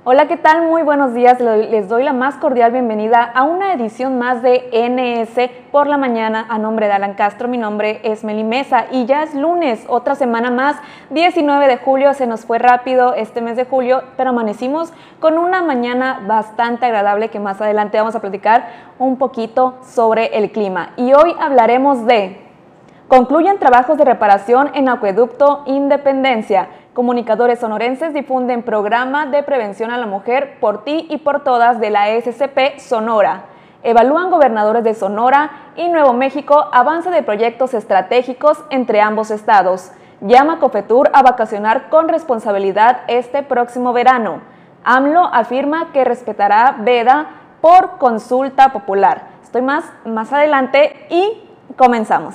Hola, ¿qué tal? Muy buenos días. Les doy la más cordial bienvenida a una edición más de NS por la mañana. A nombre de Alan Castro, mi nombre es Meli Mesa y ya es lunes, otra semana más, 19 de julio. Se nos fue rápido este mes de julio, pero amanecimos con una mañana bastante agradable que más adelante vamos a platicar un poquito sobre el clima. Y hoy hablaremos de: concluyen trabajos de reparación en Acueducto Independencia. Comunicadores sonorenses difunden programa de prevención a la mujer por ti y por todas de la SCP Sonora. Evalúan gobernadores de Sonora y Nuevo México avance de proyectos estratégicos entre ambos estados. Llama Cofetur a vacacionar con responsabilidad este próximo verano. AMLO afirma que respetará veda por consulta popular. Estoy más adelante y comenzamos.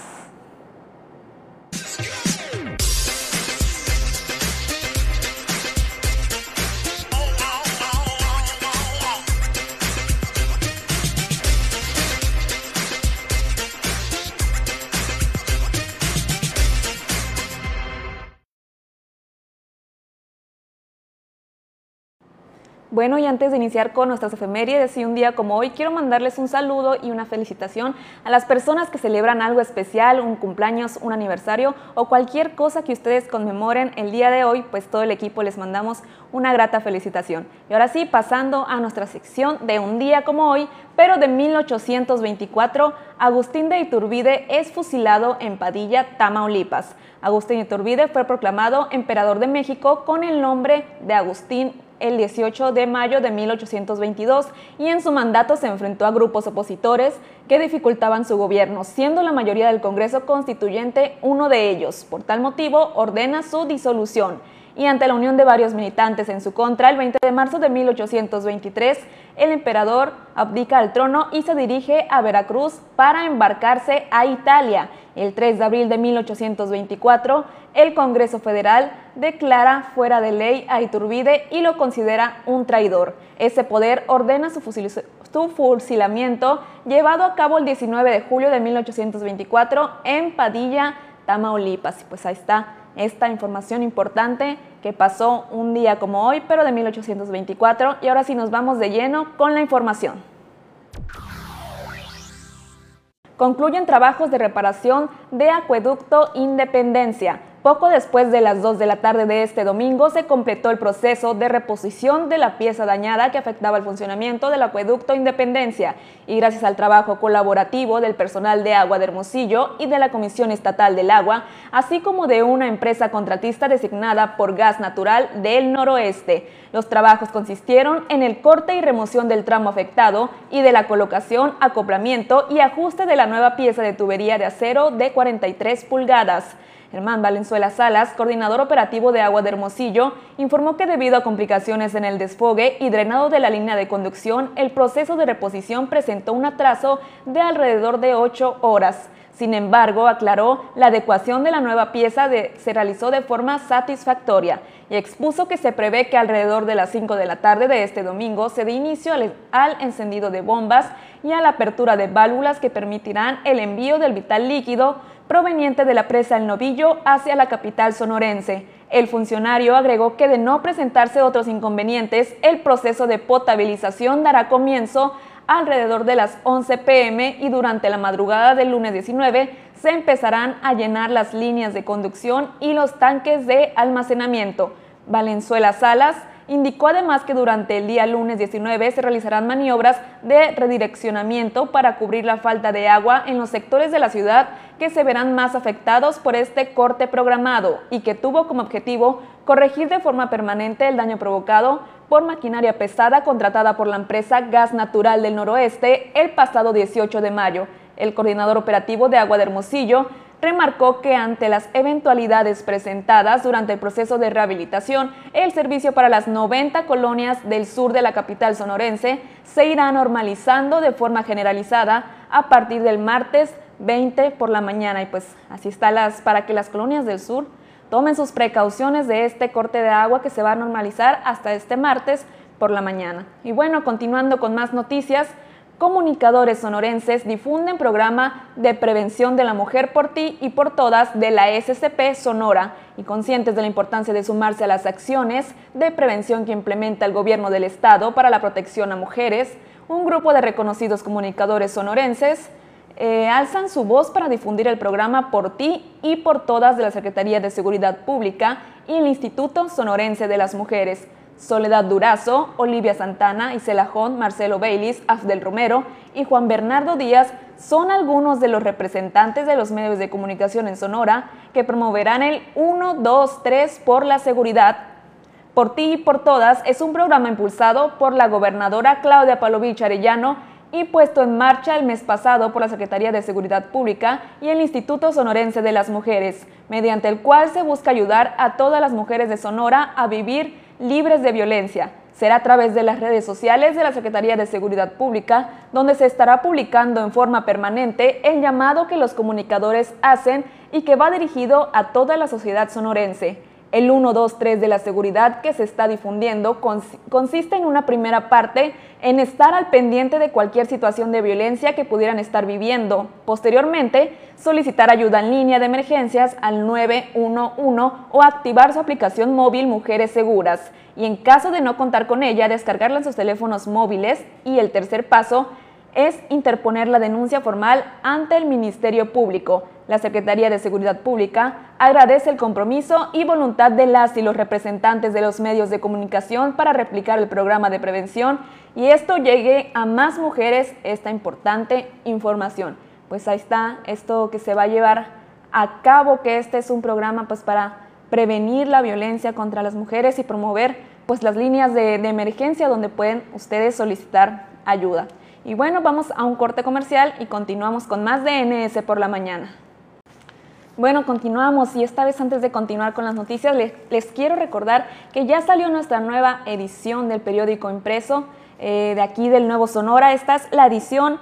Bueno, y antes de iniciar con nuestras efemérides y un día como hoy, quiero mandarles un saludo y una felicitación a las personas que celebran algo especial, un cumpleaños, un aniversario o cualquier cosa que ustedes conmemoren el día de hoy, pues todo el equipo les mandamos una grata felicitación. Y ahora sí, pasando a nuestra sección de un día como hoy, pero de 1824, Agustín de Iturbide es fusilado en Padilla, Tamaulipas. Agustín de Iturbide fue proclamado emperador de México con el nombre de Agustín el 18 de mayo de 1822 y en su mandato se enfrentó a grupos opositores que dificultaban su gobierno, siendo la mayoría del Congreso Constituyente uno de ellos. Por tal motivo, ordena su disolución. Y ante la unión de varios militantes en su contra, el 20 de marzo de 1823, el emperador abdica al trono y se dirige a Veracruz para embarcarse a Italia. El 3 de abril de 1824, el Congreso Federal declara fuera de ley a Iturbide y lo considera un traidor. Ese poder ordena su fusilamiento, llevado a cabo el 19 de julio de 1824 en Padilla, Tamaulipas. Y pues ahí está esta información importante que pasó un día como hoy, pero de 1824. Y ahora sí nos vamos de lleno con la información. Concluyen trabajos de reparación de Acueducto Independencia. Poco después de las 2 de la tarde de este domingo se completó el proceso de reposición de la pieza dañada que afectaba el funcionamiento del Acueducto Independencia, y gracias al trabajo colaborativo del personal de Agua de Hermosillo y de la Comisión Estatal del Agua, así como de una empresa contratista designada por Gas Natural del Noroeste. Los trabajos consistieron en el corte y remoción del tramo afectado y de la colocación, acoplamiento y ajuste de la nueva pieza de tubería de acero de 43 pulgadas. Germán Valenzuela Salas, coordinador operativo de Agua de Hermosillo, informó que debido a complicaciones en el desfogue y drenado de la línea de conducción, el proceso de reposición presentó un atraso de alrededor de 8 horas. Sin embargo, aclaró, la adecuación de la nueva pieza se realizó de forma satisfactoria y expuso que se prevé que alrededor de las 5 de la tarde de este domingo se dé inicio al encendido de bombas y a la apertura de válvulas que permitirán el envío del vital líquido proveniente de la presa El Novillo hacia la capital sonorense. El funcionario agregó que de no presentarse otros inconvenientes, el proceso de potabilización dará comienzo alrededor de las 11 p.m. y durante la madrugada del lunes 19 se empezarán a llenar las líneas de conducción y los tanques de almacenamiento. Valenzuela Salas indicó además que durante el día lunes 19 se realizarán maniobras de redireccionamiento para cubrir la falta de agua en los sectores de la ciudad que se verán más afectados por este corte programado y que tuvo como objetivo corregir de forma permanente el daño provocado por maquinaria pesada contratada por la empresa Gas Natural del Noroeste el pasado 18 de mayo. El coordinador operativo de Agua de Hermosillo remarcó que ante las eventualidades presentadas durante el proceso de rehabilitación, el servicio para las 90 colonias del sur de la capital sonorense se irá normalizando de forma generalizada a partir del martes 20 por la mañana. Y pues así está para que las colonias del sur tomen sus precauciones de este corte de agua que se va a normalizar hasta este martes por la mañana. Y bueno, continuando con más noticias, comunicadores sonorenses difunden programa de prevención de la mujer por ti y por todas de la SCP Sonora, y conscientes de la importancia de sumarse a las acciones de prevención que implementa el gobierno del estado para la protección a mujeres, un grupo de reconocidos comunicadores sonorenses alzan su voz para difundir el programa Por Ti y por Todas de la Secretaría de Seguridad Pública y el Instituto Sonorense de las Mujeres. Soledad Durazo, Olivia Santana, Isela Jón, Marcelo Baylis, Afdel Romero y Juan Bernardo Díaz son algunos de los representantes de los medios de comunicación en Sonora que promoverán el 1, 2, 3 por la seguridad. Por Ti y por Todas es un programa impulsado por la gobernadora Claudia Palovich Arellano y puesto en marcha el mes pasado por la Secretaría de Seguridad Pública y el Instituto Sonorense de las Mujeres, mediante el cual se busca ayudar a todas las mujeres de Sonora a vivir libres de violencia. Será a través de las redes sociales de la Secretaría de Seguridad Pública, donde se estará publicando en forma permanente el llamado que los comunicadores hacen y que va dirigido a toda la sociedad sonorense. El 1, 2, 3 de la seguridad que se está difundiendo consiste en una primera parte en estar al pendiente de cualquier situación de violencia que pudieran estar viviendo. Posteriormente, solicitar ayuda en línea de emergencias al 911 o activar su aplicación móvil Mujeres Seguras. Y en caso de no contar con ella, descargarla en sus teléfonos móviles. Y el tercer paso es interponer la denuncia formal ante el Ministerio Público. La Secretaría de Seguridad Pública agradece el compromiso y voluntad de las y los representantes de los medios de comunicación para replicar el programa de prevención y esto llegue a más mujeres esta importante información. Pues ahí está esto que se va a llevar a cabo, que este es un programa pues para prevenir la violencia contra las mujeres y promover pues las líneas de emergencia donde pueden ustedes solicitar ayuda. Y bueno, vamos a un corte comercial y continuamos con más de NS por la mañana. Bueno, continuamos y esta vez antes de continuar con las noticias les quiero recordar que ya salió nuestra nueva edición del periódico impreso de aquí del Nuevo Sonora. Esta es la edición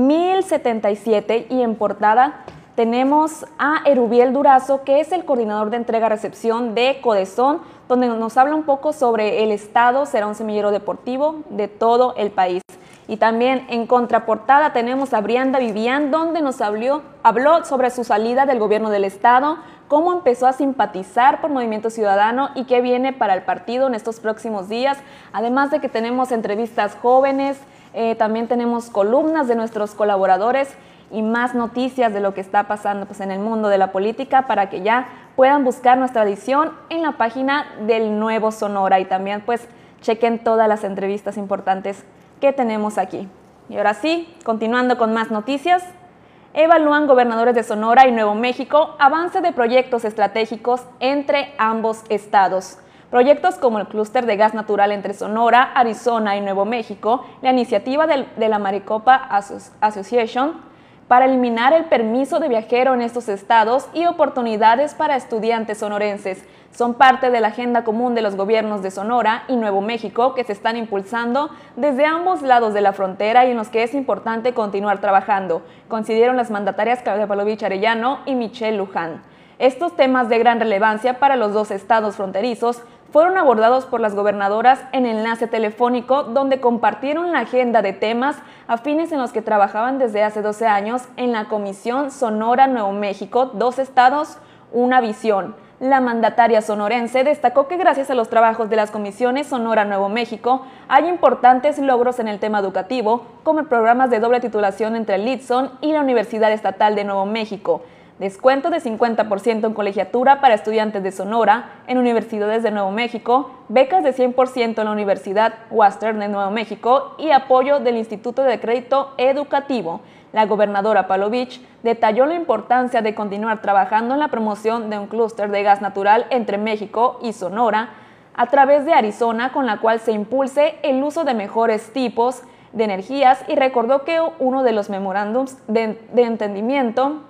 1077 y en portada tenemos a Erubiel Durazo, que es el coordinador de entrega-recepción de Codesón, donde nos habla un poco sobre el estado, será un semillero deportivo de todo el país. Y también en contraportada tenemos a Brianda Vivian, donde nos habló sobre su salida del gobierno del estado, cómo empezó a simpatizar por Movimiento Ciudadano y qué viene para el partido en estos próximos días. Además de que tenemos entrevistas jóvenes, también tenemos columnas de nuestros colaboradores y más noticias de lo que está pasando pues, en el mundo de la política para que ya puedan buscar nuestra edición en la página del Nuevo Sonora y también pues chequen todas las entrevistas importantes que tenemos aquí. Y ahora sí, continuando con más noticias, evalúan gobernadores de Sonora y Nuevo México avance de proyectos estratégicos entre ambos estados. Proyectos como el clúster de gas natural entre Sonora, Arizona y Nuevo México, la iniciativa de la Maricopa Association para eliminar el permiso de viajero en estos estados y oportunidades para estudiantes sonorenses. Son parte de la agenda común de los gobiernos de Sonora y Nuevo México que se están impulsando desde ambos lados de la frontera y en los que es importante continuar trabajando, coincidieron las mandatarias Claudia Palovich Arellano y Michelle Luján. Estos temas de gran relevancia para los dos estados fronterizos fueron abordados por las gobernadoras en enlace telefónico, donde compartieron la agenda de temas afines en los que trabajaban desde hace 12 años en la Comisión Sonora-Nuevo México, dos estados, una visión. La mandataria sonorense destacó que gracias a los trabajos de las comisiones Sonora-Nuevo México hay importantes logros en el tema educativo, como programas de doble titulación entre el Lidson y la Universidad Estatal de Nuevo México, descuento de 50% en colegiatura para estudiantes de Sonora en universidades de Nuevo México, becas de 100% en la Universidad Western de Nuevo México y apoyo del Instituto de Crédito Educativo. La gobernadora Palovich detalló la importancia de continuar trabajando en la promoción de un clúster de gas natural entre México y Sonora a través de Arizona, con la cual se impulse el uso de mejores tipos de energías, y recordó que uno de los memorándums de entendimiento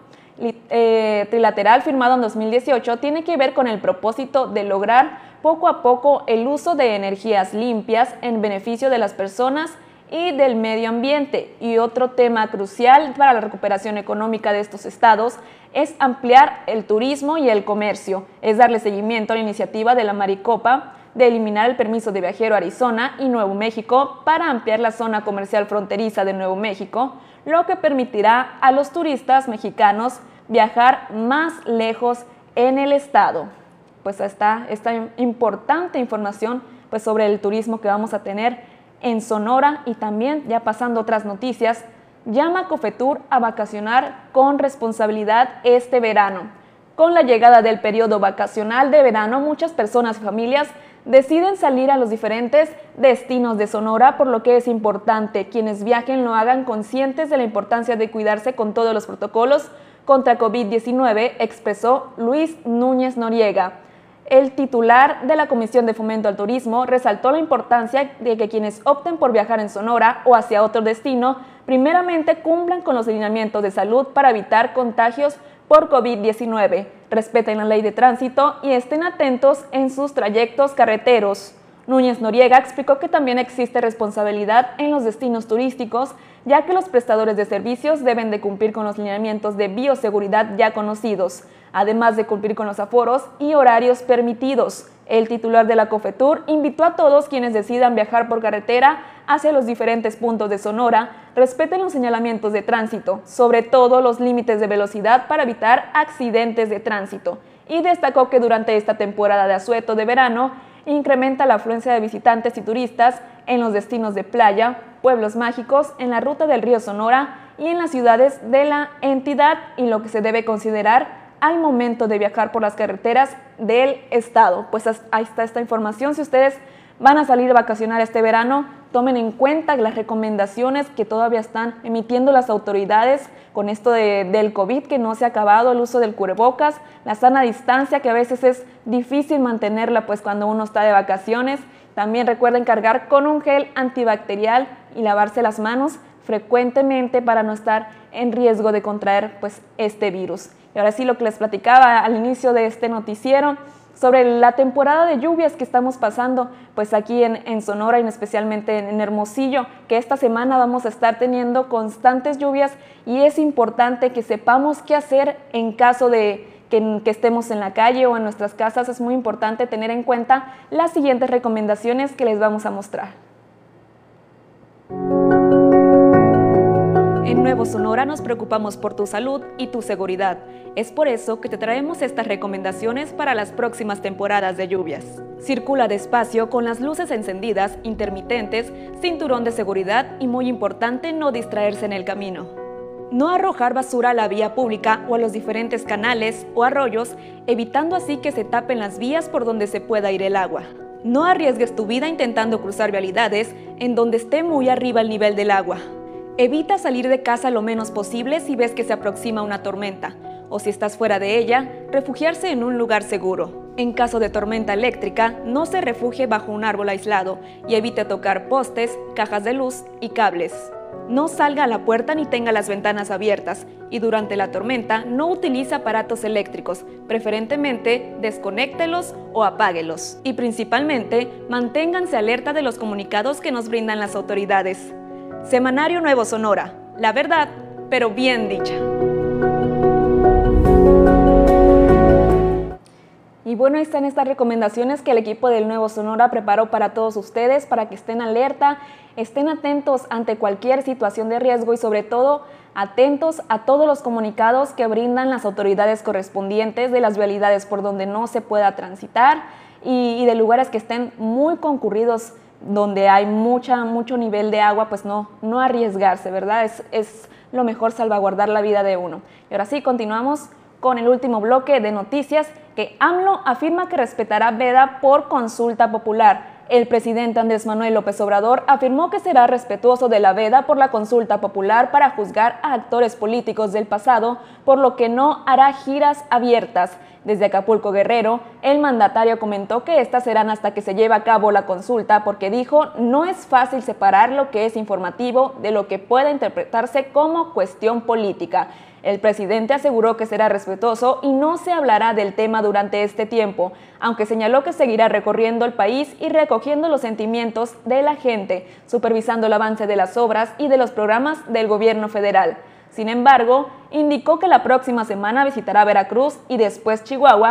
trilateral firmado en 2018 tiene que ver con el propósito de lograr poco a poco el uso de energías limpias en beneficio de las personas y del medio ambiente. Y otro tema crucial para la recuperación económica de estos estados es ampliar el turismo y el comercio, es darle seguimiento a la iniciativa de la Maricopa de eliminar el permiso de viajero a Arizona y Nuevo México para ampliar la zona comercial fronteriza de Nuevo México, lo que permitirá a los turistas mexicanos viajar más lejos en el estado. Pues está esta importante información pues sobre el turismo que vamos a tener en Sonora. Y también, ya pasando a otras noticias, llama Cofetur a vacacionar con responsabilidad este verano. Con la llegada del periodo vacacional de verano, muchas personas y familias deciden salir a los diferentes destinos de Sonora, por lo que es importante quienes viajen lo hagan conscientes de la importancia de cuidarse con todos los protocolos contra COVID-19, expresó Luis Núñez Noriega. El titular de la Comisión de Fomento al Turismo resaltó la importancia de que quienes opten por viajar en Sonora o hacia otro destino, primeramente cumplan con los lineamientos de salud para evitar contagios por COVID-19, respeten la ley de tránsito y estén atentos en sus trayectos carreteros. Núñez Noriega explicó que también existe responsabilidad en los destinos turísticos, ya que los prestadores de servicios deben de cumplir con los lineamientos de bioseguridad ya conocidos, además de cumplir con los aforos y horarios permitidos. El titular de la Cofetur invitó a todos quienes decidan viajar por carretera hacia los diferentes puntos de Sonora, respeten los señalamientos de tránsito, sobre todo los límites de velocidad para evitar accidentes de tránsito, y destacó que durante esta temporada de asueto de verano incrementa la afluencia de visitantes y turistas en los destinos de playa, pueblos mágicos, en la ruta del río Sonora y en las ciudades de la entidad, y lo que se debe considerar al momento de viajar por las carreteras del estado. Pues ahí está esta información. Si ustedes van a salir a vacacionar este verano, tomen en cuenta las recomendaciones que todavía están emitiendo las autoridades con esto del COVID, que no se ha acabado, el uso del cubrebocas, la sana distancia, que a veces es difícil mantenerla pues cuando uno está de vacaciones. También recuerden cargar con un gel antibacterial y lavarse las manos frecuentemente para no estar en riesgo de contraer pues este virus. Y ahora sí, lo que les platicaba al inicio de este noticiero sobre la temporada de lluvias que estamos pasando pues aquí en Sonora y especialmente en Hermosillo, que esta semana vamos a estar teniendo constantes lluvias, y es importante que sepamos qué hacer en caso de que estemos en la calle o en nuestras casas. Es muy importante tener en cuenta las siguientes recomendaciones que les vamos a mostrar. En Nuevo Sonora nos preocupamos por tu salud y tu seguridad. Es por eso que te traemos estas recomendaciones para las próximas temporadas de lluvias. Circula despacio con las luces encendidas, intermitentes, cinturón de seguridad y, muy importante, no distraerse en el camino. No arrojar basura a la vía pública o a los diferentes canales o arroyos, evitando así que se tapen las vías por donde se pueda ir el agua. No arriesgues tu vida intentando cruzar vialidades en donde esté muy arriba el nivel del agua. Evita salir de casa lo menos posible si ves que se aproxima una tormenta, o si estás fuera de ella, refugiarse en un lugar seguro. En caso de tormenta eléctrica, no se refugie bajo un árbol aislado y evite tocar postes, cajas de luz y cables. No salga a la puerta ni tenga las ventanas abiertas, y durante la tormenta no utilice aparatos eléctricos, preferentemente desconéctelos o apáguelos. Y principalmente, manténganse alerta de los comunicados que nos brindan las autoridades. Semanario Nuevo Sonora, la verdad, pero bien dicha. Y bueno, ahí están estas recomendaciones que el equipo del Nuevo Sonora preparó para todos ustedes, para que estén alerta, estén atentos ante cualquier situación de riesgo y sobre todo atentos a todos los comunicados que brindan las autoridades correspondientes de las vialidades por donde no se pueda transitar y de lugares que estén muy concurridos, donde hay mucho nivel de agua, pues no arriesgarse, ¿verdad? Es lo mejor salvaguardar la vida de uno. Y ahora sí, continuamos con el último bloque de noticias, que AMLO afirma que respetará veda por consulta popular. El presidente Andrés Manuel López Obrador afirmó que será respetuoso de la veda por la consulta popular para juzgar a actores políticos del pasado, por lo que no hará giras abiertas. Desde Acapulco, Guerrero, el mandatario comentó que estas serán hasta que se lleve a cabo la consulta, porque dijo no es fácil separar lo que es informativo de lo que pueda interpretarse como cuestión política. El presidente aseguró que será respetuoso y no se hablará del tema durante este tiempo, aunque señaló que seguirá recorriendo el país y recogiendo los sentimientos de la gente, supervisando el avance de las obras y de los programas del gobierno federal. Sin embargo, indicó que la próxima semana visitará Veracruz y después Chihuahua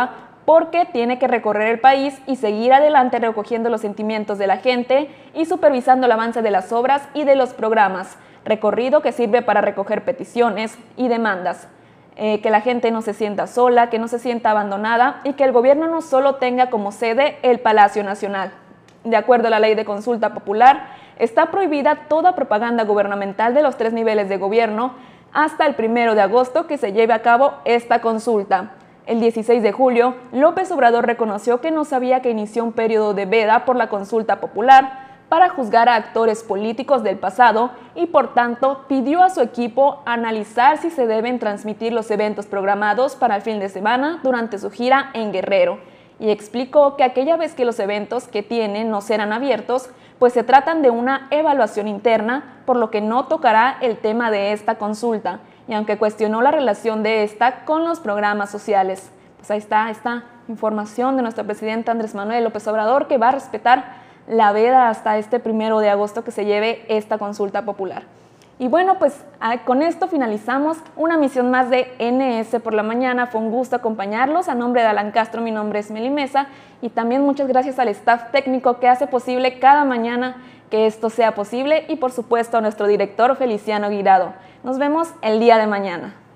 porque tiene que recorrer el país y seguir adelante recogiendo los sentimientos de la gente y supervisando el avance de las obras y de los programas, recorrido que sirve para recoger peticiones y demandas. Que la gente no se sienta sola, que no se sienta abandonada y que el gobierno no solo tenga como sede el Palacio Nacional. De acuerdo a la ley de consulta popular, está prohibida toda propaganda gubernamental de los 3 niveles de gobierno hasta el 1 de agosto que se lleve a cabo esta consulta. El 16 de julio, López Obrador reconoció que no sabía que inició un periodo de veda por la consulta popular para juzgar a actores políticos del pasado y, por tanto, pidió a su equipo analizar si se deben transmitir los eventos programados para el fin de semana durante su gira en Guerrero, y explicó que aquella vez que los eventos que tienen no serán abiertos, pues se tratan de una evaluación interna, por lo que no tocará el tema de esta consulta, y aunque cuestionó la relación de esta con los programas sociales. Pues ahí está esta información de nuestro presidente Andrés Manuel López Obrador, que va a respetar la veda hasta este 1 de agosto que se lleve esta consulta popular. Y bueno, pues con esto finalizamos una emisión más de NS por la mañana. Fue un gusto acompañarlos. A nombre de Alan Castro, mi nombre es Meli Mesa, y también muchas gracias al staff técnico que hace posible cada mañana que esto sea posible, y por supuesto a nuestro director Feliciano Guirado. Nos vemos el día de mañana.